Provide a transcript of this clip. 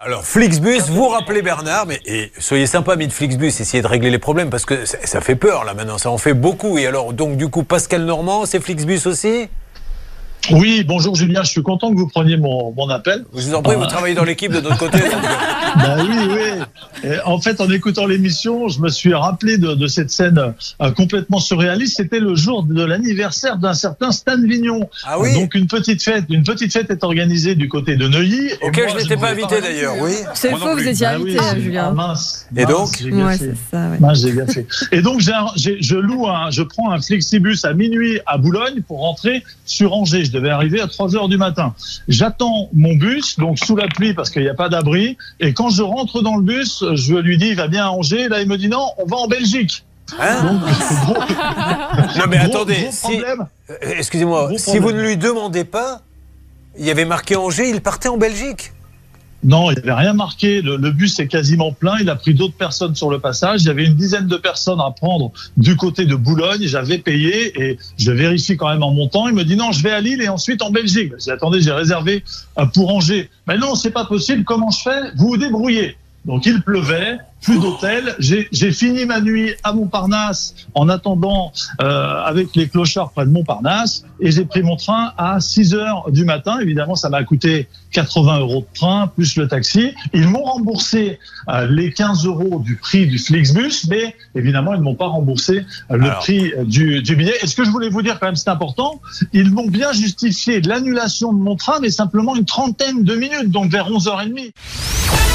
Alors, Flixbus, vous rappelez Bernard, mais soyez sympa, ami de Flixbus, essayez de régler les problèmes, parce que ça fait peur, là, maintenant, ça en fait beaucoup. Et alors, donc, du coup, Pascal Normand, c'est Flixbus aussi ? Oui, bonjour Julien, je suis content que vous preniez mon appel. Je vous en prie, vous travaillez dans l'équipe de notre côté. Oui. Et en fait, en écoutant l'émission, je me suis rappelé de cette scène complètement surréaliste. C'était le jour de l'anniversaire d'un certain Stan Vignon. Ah oui. Donc une petite fête est organisée du côté de Neuilly. Auquel je n'étais pas invité d'ailleurs, oui. C'est faux, vous étiez invité, Julien. Mince. Et donc c'est ça, ouais. Mince, j'ai bien fait. Et donc je prends un Flixibus à minuit à Boulogne pour rentrer sur Angers. Je devais arriver à 3h du matin. J'attends mon bus, donc sous la pluie parce qu'il n'y a pas d'abri. Et quand je rentre dans le bus, je lui dis, il va bien à Angers. Là, il me dit, non, on va en Belgique. Hein? Donc, non mais attendez, excusez-moi, si vous ne lui demandez pas, il y avait marqué Angers, il partait en Belgique. Non, il n'y avait rien marqué. Le bus est quasiment plein. Il a pris d'autres personnes sur le passage. Il y avait une dizaine de personnes à prendre du côté de Boulogne. J'avais payé et je vérifie quand même en montant. Il me dit non, je vais à Lille et ensuite en Belgique. Je dis attendez, j'ai réservé pour Angers. Mais non, c'est pas possible. Comment je fais? Vous vous débrouillez. Donc il pleuvait, plus d'hôtel. J'ai fini ma nuit à Montparnasse en attendant avec les clochards près de Montparnasse et j'ai pris mon train à 6h du matin. Évidemment, ça m'a coûté 80 € de train plus le taxi. Ils m'ont remboursé les 15 € du prix du Flixbus, mais évidemment, ils ne m'ont pas remboursé le prix du billet. Et ce que je voulais vous dire quand même, c'est important, ils m'ont bien justifié l'annulation de mon train, mais simplement une trentaine de minutes, donc vers 11h30.